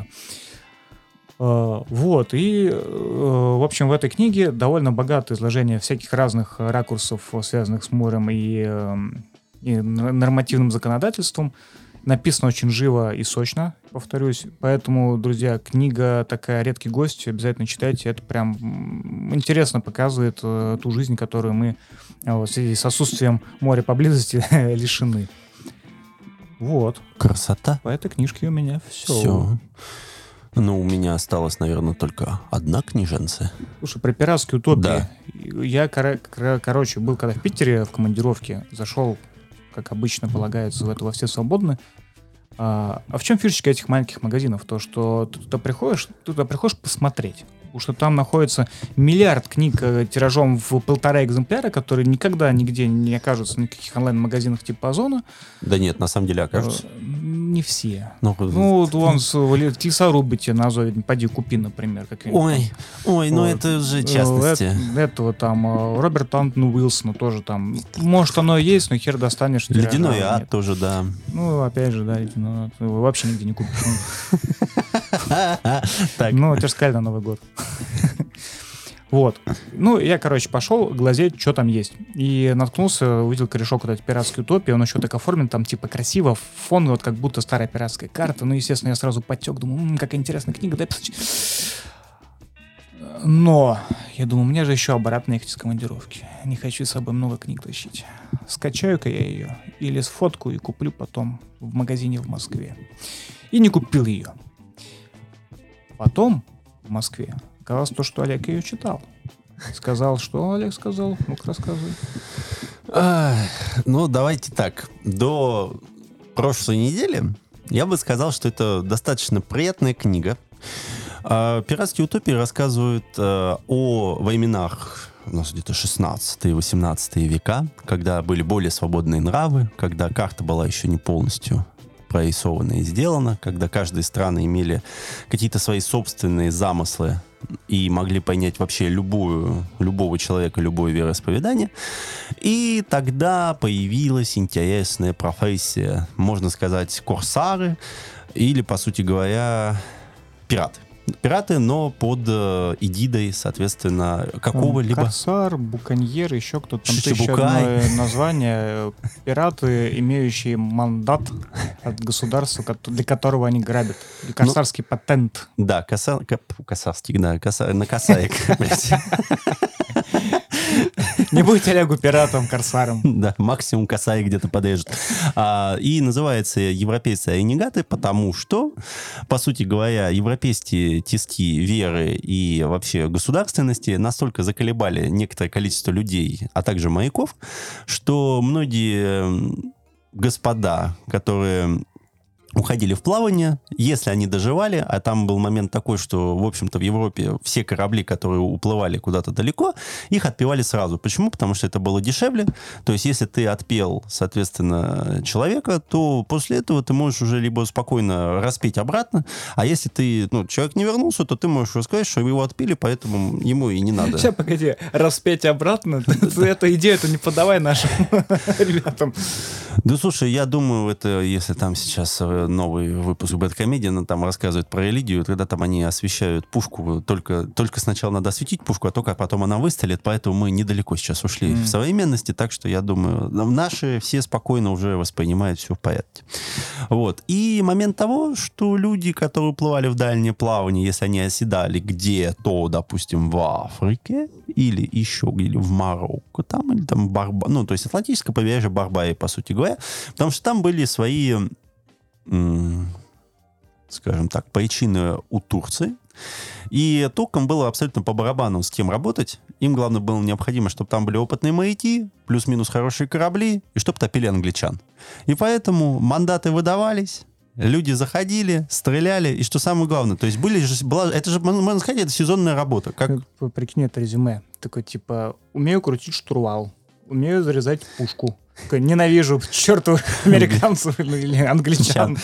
Вот, и, в общем, в этой книге довольно богатое изложение всяких разных ракурсов, связанных с морем и нормативным законодательством. Написано очень живо и сочно, повторюсь. Поэтому, друзья, книга такая редкий гость, обязательно читайте. Это прям интересно показывает ту жизнь, которую мы в связи с отсутствием моря поблизости лишены. Вот. Красота. По этой книжке у меня все. Все. Ну, у меня осталась, наверное, только одна книженция. Слушай, про пиратские утопии. Да. Я, короче, был когда в Питере в командировке, зашел, как обычно полагается, во все свободны. А в чем фишечка этих маленьких магазинов? То, что ты туда приходишь посмотреть. Потому что там находится миллиард книг тиражом в 1,5 экземпляра, которые никогда нигде не окажутся в никаких онлайн-магазинах типа Озона. Да нет, на самом деле окажутся. Не все. Ну, вон в лесорубы тебе на Азове, поди купи, например. Ой, ну это же частности. Этого там Роберта Антона Уилсона тоже там. Может, оно и есть, но хер достанешь. Ледяной ад тоже, да. Ну, опять же, да, ледяной ад. Вообще нигде не купишь. Так. Ну, это же сказали на Новый год. Вот. Ну, я, короче, пошел глазеть, что там есть. И наткнулся, увидел корешок вот этой пиратской утопии. Он еще так оформлен, там типа красиво, фон вот как будто старая пиратская карта. Ну, естественно, я сразу подтек, думаю, какая интересная книга, дай посмотреть. Но, я думаю, мне же еще обратно ехать с командировки. Не хочу с собой много книг тащить. Скачаю-ка я ее или сфоткаю и куплю потом в магазине в Москве. И не купил ее. Потом в Москве оказалось то, что Олег ее читал. Сказал, что Олег сказал? Ну-ка, рассказывай. Ну, давайте так. До прошлой недели я бы сказал, что это достаточно приятная книга. «Пиратские утопии» рассказывают о временах, у нас где-то 16-18 века, когда были более свободные нравы, когда карта была еще не полностью прорисована и сделана, когда каждая страна имели какие-то свои собственные замыслы и могли понять вообще любого человека, любое вероисповедание. И тогда появилась интересная профессия, можно сказать, корсары, или, по сути говоря, пираты. Пираты, но под эгидой, соответственно, какого-либо... Корсар, буконьер, еще кто-то. Там Шичибукай. еще одно название. Пираты, имеющие мандат от государства, для которого они грабят. И корсарский патент. Да, косарский, да, на косарик. Не будь Олегу пиратом, корсаром. Да, максимум косарик где-то подрежет. И называется европейцы ренегаты, потому что, по сути говоря, европейские тиски веры и вообще государственности настолько заколебали некоторое количество людей, а также моряков, что многие господа, которые уходили в плавание, если они доживали, а там был момент такой, что, в общем-то, в Европе все корабли, которые уплывали куда-то далеко, их отпевали сразу. Почему? Потому что это было дешевле. То есть, если ты отпел, соответственно, человека, то после этого ты можешь уже либо спокойно распеть обратно, а если ты, человек не вернулся, то ты можешь рассказать, что его отпили, поэтому ему и не надо. Сейчас, погоди, распеть обратно? Эту идею не подавай нашим ребятам. Да, слушай, я думаю, это, если там сейчас новый выпуск Бэдкомедиана, там рассказывают про религию, когда там они освещают пушку, только сначала надо осветить пушку, а только потом она выстрелит, поэтому мы недалеко сейчас ушли в современности, так что я думаю, наши все спокойно уже воспринимают все в порядке. Вот. И момент того, что люди, которые уплывали в дальнее плавание, если они оседали где-то, допустим, в Африке, или еще где-то в Марокко, там, или там то есть Атлантическое побережье Барбарии, по сути говоря, потому что там были свои, скажем так, причины у Турции. И туркам было абсолютно по барабану с кем работать. Им, главное, было необходимо, чтобы там были опытные моряки, плюс-минус хорошие корабли, и чтобы топили англичан. И поэтому мандаты выдавались, люди заходили, стреляли, и что самое главное, то есть это же, можно сказать, это сезонная работа. Прикинь, это резюме. Такой, типа, умею крутить штурвал, умею зарезать пушку. Ненавижу черту американцев или англичан.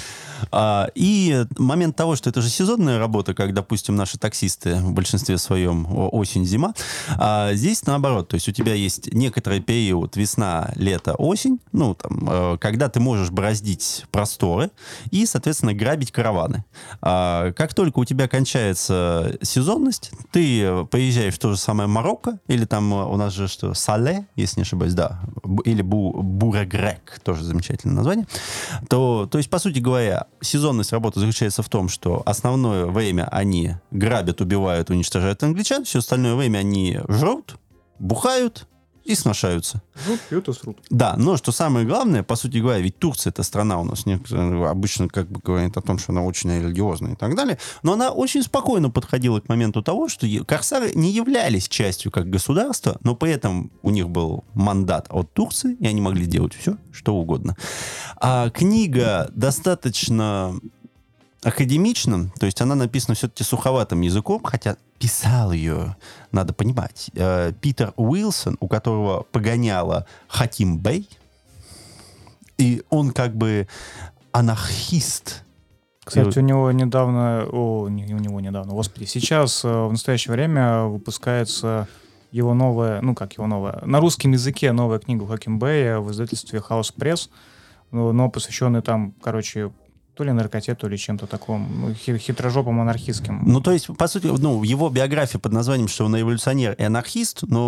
И момент того, что это же сезонная работа, как, допустим, наши таксисты в большинстве своем осень-зима, здесь наоборот. То есть у тебя есть некоторый период весна, лето, осень, когда ты можешь бороздить просторы и, соответственно, грабить караваны. Как только у тебя кончается сезонность, ты поезжаешь в то же самое Марокко, или там у нас же что, Сале, если не ошибаюсь, да, или Бурегрек, тоже замечательное название, то есть, по сути говоря, сезонность работы заключается в том, что основное время они грабят, убивают, уничтожают англичан, все остальное время они жрут, бухают и сношаются. Жрут, пьют и срут. Да, но что самое главное, по сути говоря, ведь Турция — это страна у нас обычно как бы говорит о том, что она очень религиозная и так далее, но она очень спокойно подходила к моменту того, что корсары не являлись частью как государства, но при этом у них был мандат от Турции, и они могли делать все, что угодно. А книга достаточно академична, то есть она написана все-таки суховатым языком, хотя писал ее, надо понимать, Питер Уилсон, у которого погоняло Хаким Бей, и он как бы анархист. Кстати, у него недавно, господи, сейчас в настоящее время выпускается его новая, на русском языке новая книга Хаким Бея в издательстве Хаус Пресс, но посвященная там, то ли наркоте, то ли чем-то таком хитрожопым анархистским. То есть, по сути, его биография под названием, что он революционер и анархист, но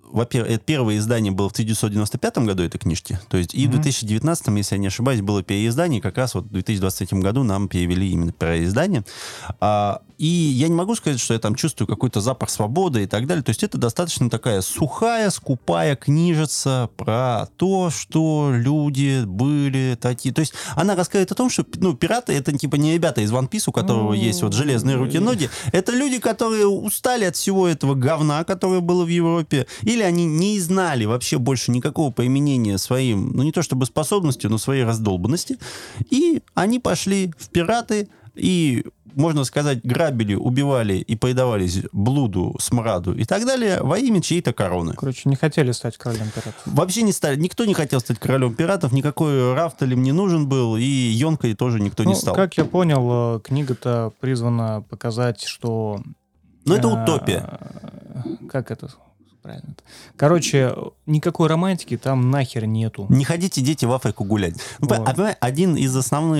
во-первых, это первое издание было в 1995 году этой книжки, то есть и в 2019, если я не ошибаюсь, было переиздание, как раз вот в 2023 году нам перевели именно переиздание. И я не могу сказать, что я там чувствую какой-то запах свободы и так далее. То есть это достаточно такая сухая, скупая книжица про то, что люди были такие. То есть она рассказывает о том, что пираты — это типа не ребята из One Piece, у которого есть вот железные руки-ноги. Это люди, которые устали от всего этого говна, которое было в Европе, или они не знали вообще больше никакого применения своим, не то чтобы способностью, но своей раздолбанности. И они пошли в пираты и, можно сказать, грабили, убивали и предавались блуду, смраду и так далее во имя чьей-то короны. Короче, не хотели стать королем пиратов. Вообще не стали. Никто не хотел стать королем пиратов, никакой Рафталь им не нужен был, и Йонкой тоже никто не стал. Как я понял, книга-то призвана показать, что... это утопия. Как это правильно? Короче, никакой романтики там нахер нету. Не ходите, дети, в Африку гулять. Один из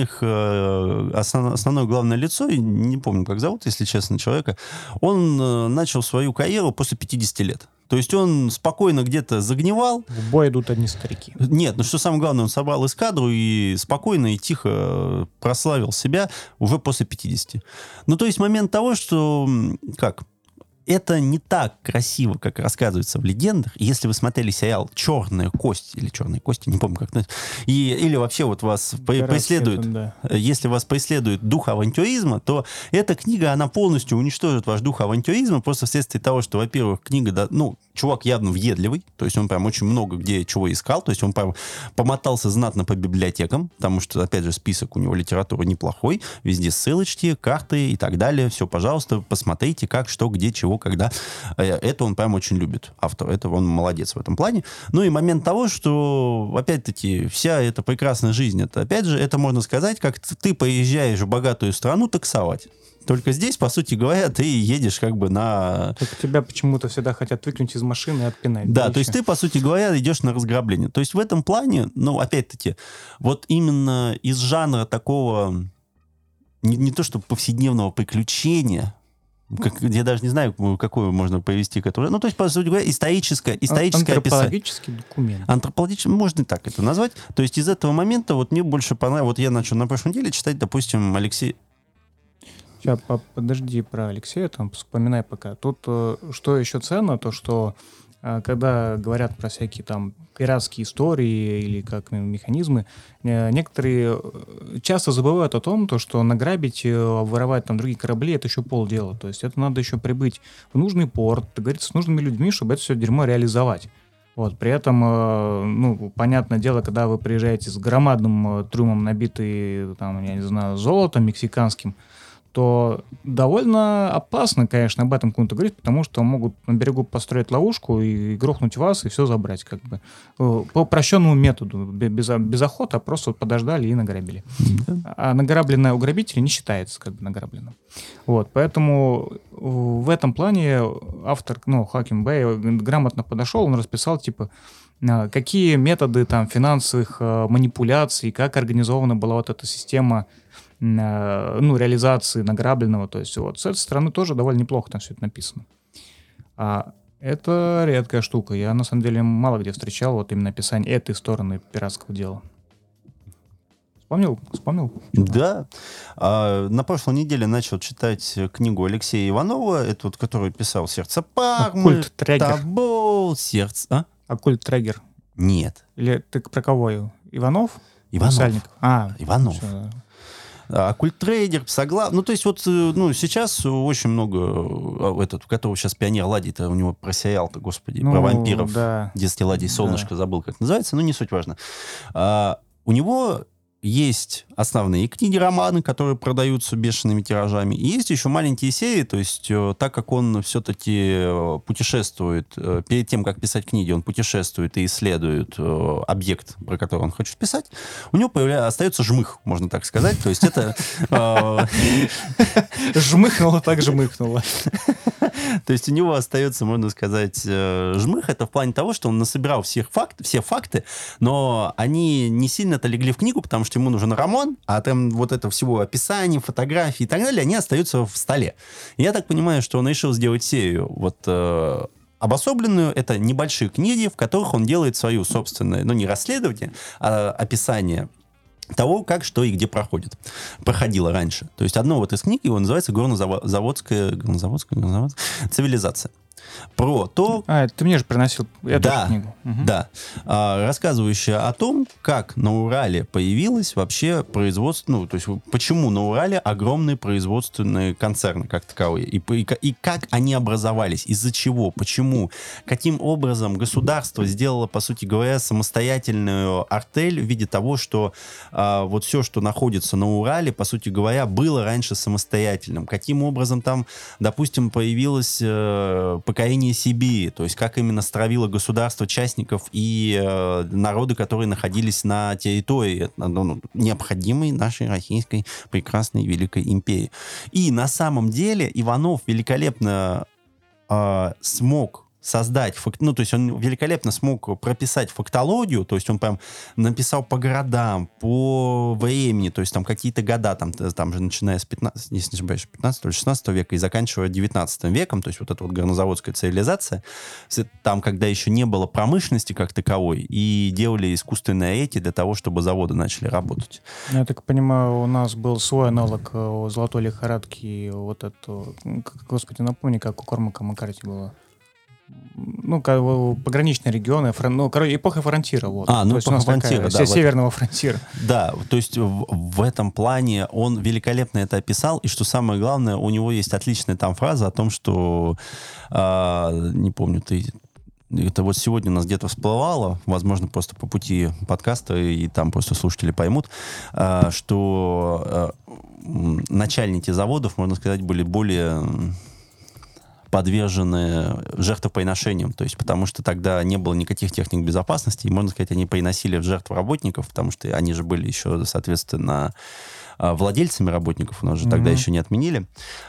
основное главное лицо, не помню, как зовут, если честно, человека, он начал свою карьеру после 50 лет. То есть он спокойно где-то загнивал. В бой идут одни старики. Нет, что самое главное, он собрал эскадру и спокойно и тихо прославил себя уже после 50. То есть момент того, что... Это не так красиво, как рассказывается в легендах. И если вы смотрели сериал «Черная кость» или «Черные кости», не помню, как это, или вообще вот вас преследует, да. Если вас преследует дух авантюризма, то эта книга, она полностью уничтожит ваш дух авантюризма просто вследствие того, что, во-первых, книга, чувак явно въедливый, то есть он прям очень много где чего искал, то есть он прям помотался знатно по библиотекам, потому что, опять же, список у него литературы неплохой, везде ссылочки, карты и так далее, все, пожалуйста, посмотрите, как, что, где, чего, когда. Это он прям очень любит, автор, это он молодец в этом плане. И момент того, что, опять-таки, вся эта прекрасная жизнь, это, опять же, это можно сказать, как ты поезжаешь в богатую страну таксовать. Только здесь, по сути говоря, ты едешь как бы на... Только тебя почему-то всегда хотят выкинуть из машины и отпинать. Да, то есть ты, по сути говоря, идешь на разграбление. То есть в этом плане, опять-таки, вот именно из жанра такого, не то что повседневного приключения, я даже не знаю, какую можно повести к этому. То есть, по сути говоря, историческое описание. Антропологический документ. Антропологический, можно и так это назвать. То есть из этого момента вот мне больше понравилось... Вот я начал на прошлой неделе читать, допустим, Алексей... Сейчас, подожди про Алексея, там, вспоминай пока. Тут что еще ценно, то что когда говорят про всякие там пиратские истории или как механизмы, некоторые часто забывают о том, то, что награбить, воровать там другие корабли — это еще полдела. То есть это надо еще прибыть в нужный порт, договориться с нужными людьми, чтобы это все дерьмо реализовать. При этом, понятное дело, когда вы приезжаете с громадным трюмом, набитый, там, я не знаю, золотом мексиканским, то довольно опасно, конечно, об этом кому-то говорить, потому что могут на берегу построить ловушку и грохнуть вас, и все забрать, как бы. По упрощенному методу, без охоты, а просто подождали и награбили. А награбленное у грабителя не считается как бы награбленным. Поэтому в этом плане автор, Хаким Бэй, грамотно подошел, он расписал, какие методы там финансовых манипуляций, как организована была вот эта система реализации награбленного. То есть с этой стороны тоже довольно неплохо там все это написано. Это редкая штука. Я, на самом деле, мало где встречал именно описание этой стороны пиратского дела. Вспомнил? Да. На прошлой неделе начал читать книгу Алексея Иванова, это который писал «Сердце Пармы», «Тобол», «Сердце». Оккульт-трегер. Нет. Или ты про кого? Иванов? Сальников. Иванов. Все. Оккульт-трейдер, псоглав. То есть сейчас очень много которого сейчас пионер ладит, у него про сериал-то, господи, про вампиров. Да. «Детский ладий», «Солнышко», забыл, как называется, не суть важно. У него есть основные книги, романы, которые продаются бешеными тиражами. И есть еще маленькие серии, то есть так как он все-таки путешествует, перед тем, как писать книги, он путешествует и исследует объект, про который он хочет писать, у него остается жмых, можно так сказать. То есть это... Жмыхнуло, так жмыхнуло. То есть у него остается, можно сказать, жмых. Это в плане того, что он насобирал все факты, но они не сильно-то легли в книгу, потому что ему нужен роман, а там вот это всего описание, фотографии и так далее, они остаются в столе. И я так понимаю, что он решил сделать серию обособленную. Это небольшие книги, в которых он делает свое собственное, не расследование, а описание того, как, что и где проходило раньше. То есть одно из книг его называется «Горнозаводская цивилизация». Про то... ты мне же приносил эту книгу. Да. Рассказывающая о том, как на Урале появилось вообще производство, то есть почему на Урале огромные производственные концерны как таковые, и как они образовались, из-за чего, почему, каким образом государство сделало, по сути говоря, самостоятельную артель в виде того, что все, что находится на Урале, по сути говоря, было раньше самостоятельным. Каким образом там, допустим, появилось покорение Сибири, то есть как именно стравило государство частников и народы, которые находились на территории необходимой нашей российской прекрасной великой империи. И на самом деле Иванов великолепно смог создать, то есть он великолепно смог прописать фактологию, то есть он прям написал по городам, по времени, то есть там какие-то года, там же начиная с 15, если не ошибаюсь, 15 или 16 века и заканчивая 19 веком, то есть эта горнозаводская цивилизация, там, когда еще не было промышленности как таковой, и делали искусственные реки для того, чтобы заводы начали работать. Я так понимаю, у нас был свой аналог золотой лихорадки, господи, напомни, как у Кормака Маккарти было. Пограничные регионы, эпоха фронтира. Эпоха фронтира, да. Северного фронтира. Да, то есть в этом плане он великолепно это описал, и что самое главное, у него есть отличная там фраза о том, что, не помню, это сегодня у нас где-то всплывало, возможно, просто по пути подкаста, и там просто слушатели поймут, что начальники заводов, можно сказать, были более подвержены жертвоприношениям, то есть потому что тогда не было никаких техник безопасности, и, можно сказать, они приносили в жертву работников, потому что они же были еще, соответственно, владельцами работников, у нас же тогда еще не отменили.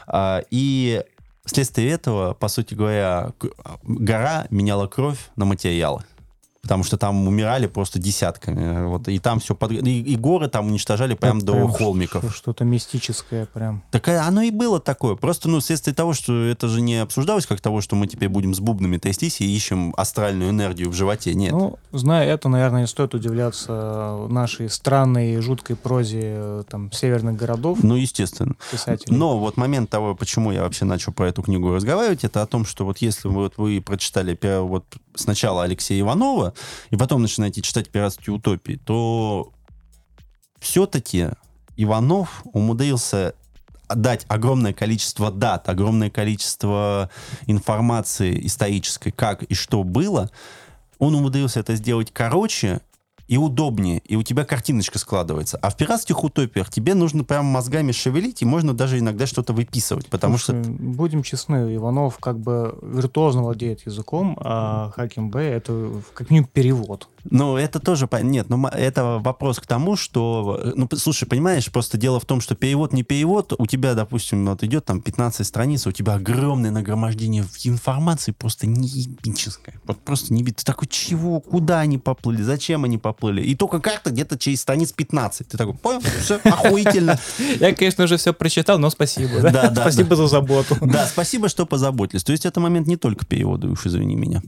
И вследствие этого, по сути говоря, гора меняла кровь на материалы. Потому что там умирали просто десятками. И там все и горы там уничтожали прям до холмиков. Что-то мистическое прям. Так оно и было такое. Просто, вследствие того, что это же не обсуждалось как того, что мы теперь будем с бубнами трястись и ищем астральную энергию в животе. Нет. Зная это, наверное, не стоит удивляться нашей странной, жуткой прозе северных городов. Естественно. Писателей. Но момент того, почему я вообще начал про эту книгу разговаривать, это о том, что если вы прочитали сначала Алексея Иванова, и потом начинаете читать «Пиратские утопии», то все-таки Иванов умудрился дать огромное количество дат, огромное количество информации исторической, как и что было. Он умудрился это сделать короче и удобнее, и у тебя картиночка складывается. А в «Пиратских утопиях» тебе нужно прям мозгами шевелить, и можно даже иногда что-то выписывать, потому что... Будем честны, Иванов виртуозно владеет языком, а Хаким Бэй — это как минимум перевод. Это тоже... Нет, это вопрос к тому, что... слушай, понимаешь, просто дело в том, что перевод не перевод, у тебя, допустим, идет 15 страниц, у тебя огромное нагромождение информации просто неебическое. Просто не Ты такой, чего? Куда они поплыли? Зачем они поплыли? И только карта где-то через страниц 15. Ты такой, понял? Все, охуительно. Я, конечно, уже все прочитал, но спасибо. Да, спасибо за заботу. Да, спасибо, что позаботились. То есть это момент не только перевода, уж извини меня.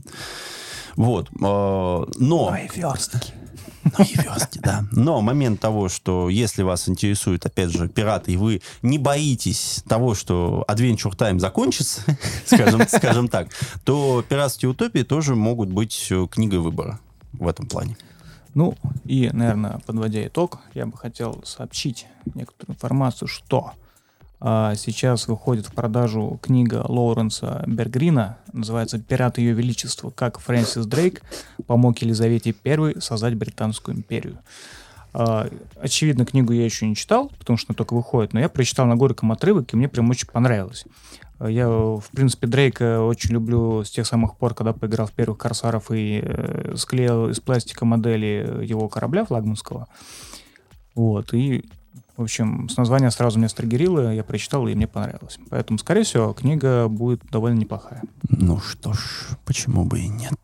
Но и верстки. Да. Но момент того, что если вас интересуют, опять же, пираты, и вы не боитесь того, что Adventure Time закончится, скажем так, то «Пиратские утопии» тоже могут быть книгой выбора в этом плане. И, наверное, подводя итог, я бы хотел сообщить некоторую информацию, что сейчас выходит в продажу книга Лоуренса Бергрина, называется «Пираты Ее Величества. Как Фрэнсис Дрейк помог Елизавете I создать Британскую империю». Очевидно, книгу я еще не читал, потому что она только выходит, но я прочитал на горьком отрывок, и мне прям очень понравилось. Я, в принципе, Дрейка очень люблю с тех самых пор, когда поиграл в первых «Корсаров» и склеил из пластика модели его корабля флагманского. И... В общем, с названия сразу меня стригерило, я прочитал, и мне понравилось. Поэтому, скорее всего, книга будет довольно неплохая. Что ж, почему бы и нет?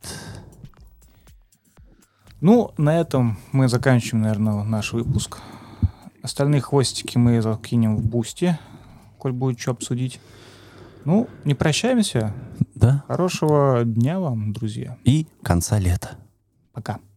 На этом мы заканчиваем, наверное, наш выпуск. Остальные хвостики мы закинем в Бусти, коль будет что обсудить. Не прощаемся. Да. Хорошего дня вам, друзья. И конца лета. Пока.